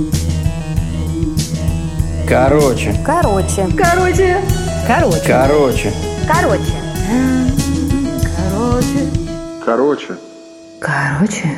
Короче. Короче. Короче. Короче. Короче. Короче. Короче. Короче.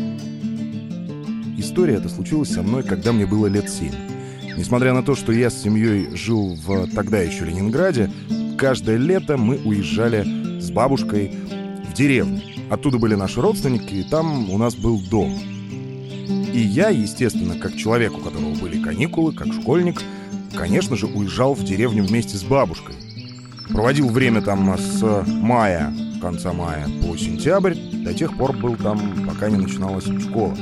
История эта случилась со мной, когда мне было лет 7. Несмотря на то, что я с семьей жил в тогда еще Ленинграде, каждое лето мы уезжали с бабушкой в деревню. Оттуда были наши родственники, и там у нас был дом. И я, естественно, как человек, у которого были каникулы, как школьник, конечно же, уезжал в деревню вместе с бабушкой. Проводил время там с мая, конца мая по сентябрь, до тех пор был там, пока не начиналась школа.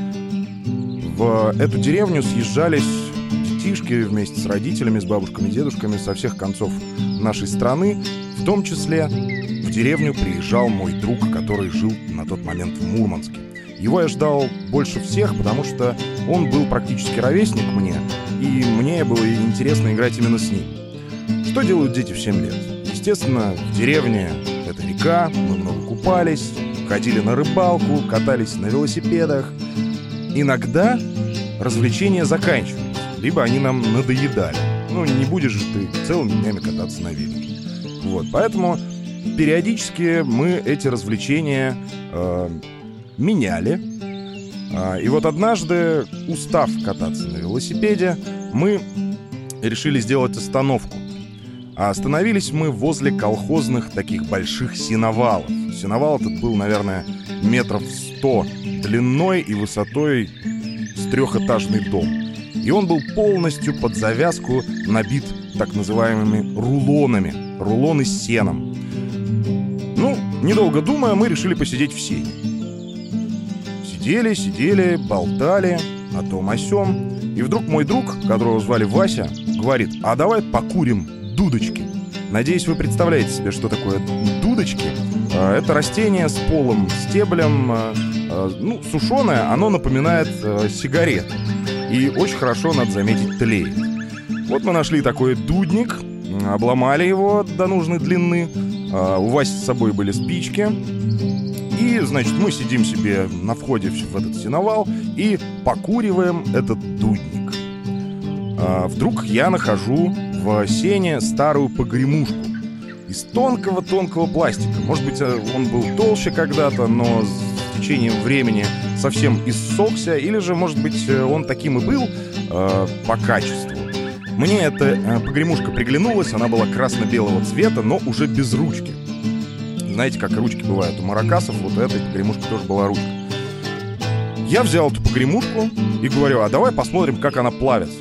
В эту деревню съезжались детишки вместе с родителями, с бабушками, дедушками со всех концов нашей страны. В том числе в деревню приезжал мой друг, который жил на тот момент в Мурманске. Его я ждал больше всех, потому что он был практически ровесник мне, и мне было интересно играть именно с ним. Что делают дети в 7 лет? Естественно, в деревне это река, мы много купались, ходили на рыбалку, катались на велосипедах. Иногда развлечения заканчивались, либо они нам надоедали. Ну, не будешь же ты целыми днями кататься на велике. Вот, поэтому периодически мы эти развлечения меняли. И вот однажды, устав кататься на велосипеде, мы решили сделать остановку. А остановились мы возле колхозных таких больших сеновалов. Сеновал этот был, наверное, метров 100 длиной и высотой с 3-этажный дом. И он был полностью под завязку набит так называемыми рулонами. Рулоны с сеном. Ну, недолго думая, мы решили посидеть в сене. Сидели, болтали о том о сём. И вдруг мой друг, которого звали Вася, говорит: а давай покурим дудочки. Надеюсь, вы представляете себе, что такое дудочки. Это растение с полым стеблем, сушеное, оно напоминает сигарету. И очень хорошо, надо заметить, тлеет. Вот мы нашли такой дудник, обломали его до нужной длины. У Васи с собой были спички. И, значит, мы сидим себе на входе в этот сеновал и покуриваем этот дудник. Вдруг я нахожу в сене старую погремушку из тонкого-тонкого пластика. Может быть, он был толще когда-то, но с течением времени совсем иссохся. Или же, может быть, он таким и был по качеству. Мне эта погремушка приглянулась. Она была красно-белого цвета, но уже без ручки. Знаете, как ручки бывают у маракасов, вот у этой погремушки тоже была ручка. Я взял эту погремушку и говорю: а давай посмотрим, как она плавится.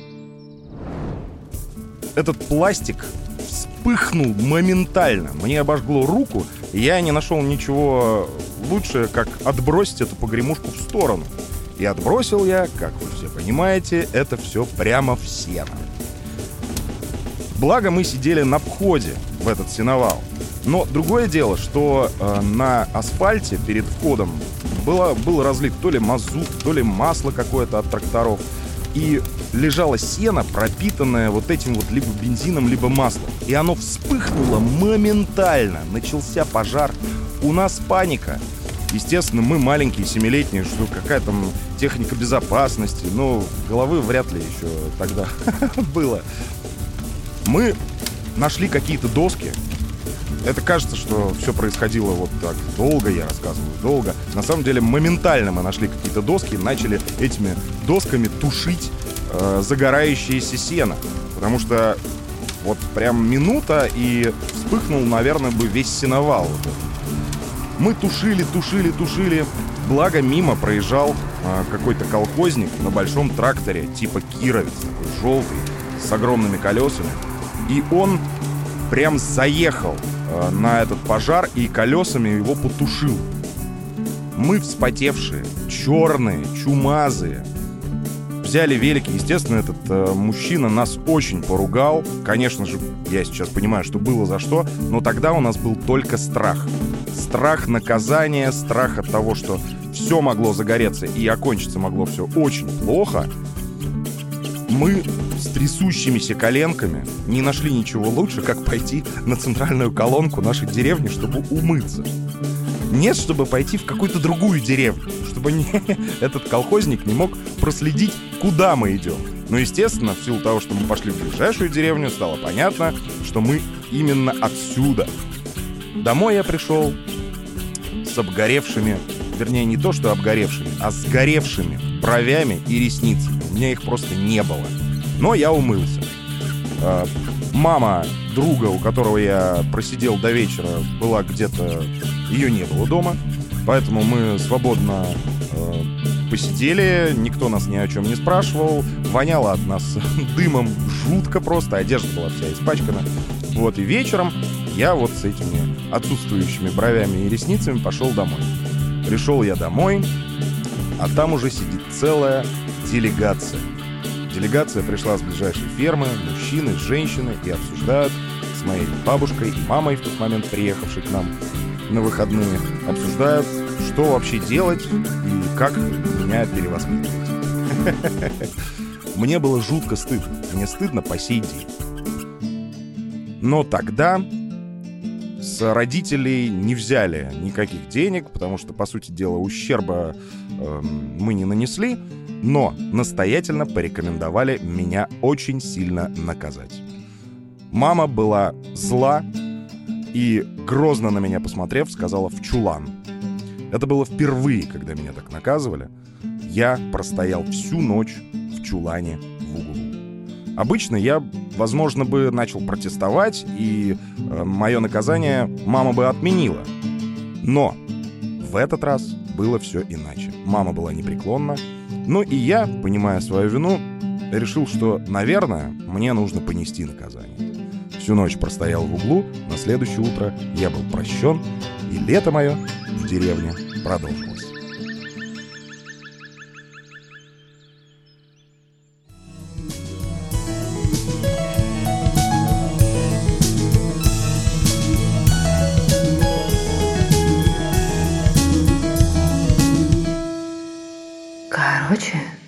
Этот пластик вспыхнул моментально. Мне обожгло руку, и я не нашел ничего лучше, как отбросить эту погремушку в сторону. И отбросил я, как вы все понимаете, это все прямо в сено. Благо мы сидели на входе в этот сеновал. Но другое дело, что на асфальте перед входом был разлит то ли мазут, то ли масло какое-то от тракторов. И лежало сено, пропитанное вот этим вот либо бензином, либо маслом. И оно вспыхнуло моментально. Начался пожар. У нас паника. Естественно, мы маленькие, 7-летние, что какая там техника безопасности. Но головы вряд ли еще тогда было. Мы нашли какие-то доски. Это кажется, что все происходило вот так долго, я рассказываю долго. На самом деле моментально мы нашли какие-то доски и начали этими досками тушить загорающееся сено. Потому что вот прям минута, и вспыхнул, наверное, бы весь сеновал. Вот. Мы тушили. Благо мимо проезжал какой-то колхозник на большом тракторе типа Кировец, такой желтый, с огромными колесами. И он прям заехал на этот пожар и колесами его потушил. Мы вспотевшие, черные, чумазые, взяли велики. Естественно, этот мужчина нас очень поругал. Конечно же, я сейчас понимаю, что было за что, но тогда у нас был только страх. Страх наказания, страх от того, что все могло загореться и окончиться могло все очень плохо. Мы с трясущимися коленками не нашли ничего лучше, как пойти на центральную колонку нашей деревни, чтобы умыться. Нет, чтобы пойти в какую-то другую деревню, чтобы этот колхозник не мог проследить, куда мы идем. Но, естественно, в силу того, что мы пошли в ближайшую деревню, стало понятно, что мы именно отсюда. Домой я пришел с обгоревшими, вернее, не то что обгоревшими, а сгоревшими бровями и ресницами. У меня их просто не было. Но я умылся. Мама друга, у которого я просидел до вечера, была где-то... Ее не было дома. Поэтому мы свободно посидели. Никто нас ни о чем не спрашивал. Воняло от нас дымом жутко просто. Одежда была вся испачкана. Вот, и вечером я вот с этими отсутствующими бровями и ресницами пошел домой. Пришел я домой, а там уже сидит целая делегация. Делегация пришла с ближайшей фермы, мужчины, женщины, и обсуждают с моей бабушкой и мамой, в тот момент приехавшей к нам на выходные, обсуждают, что вообще делать и как меня перевоспитывать. Мне было жутко стыдно. Мне стыдно по сей день. Но тогда с родителей не взяли никаких денег, потому что, по сути дела, ущерба мы не нанесли, но настоятельно порекомендовали меня очень сильно наказать. Мама была зла и, грозно на меня посмотрев, сказала «в чулан». Это было впервые, когда меня так наказывали. Я простоял всю ночь в чулане в углу. Обычно я, возможно, бы начал протестовать, и мое наказание мама бы отменила. Но в этот раз было все иначе. Мама была непреклонна. Ну и я, понимая свою вину, решил, что, наверное, мне нужно понести наказание. Всю ночь простоял в углу, на следующее утро я был прощен, и лето мое в деревне продолжилось. Короче...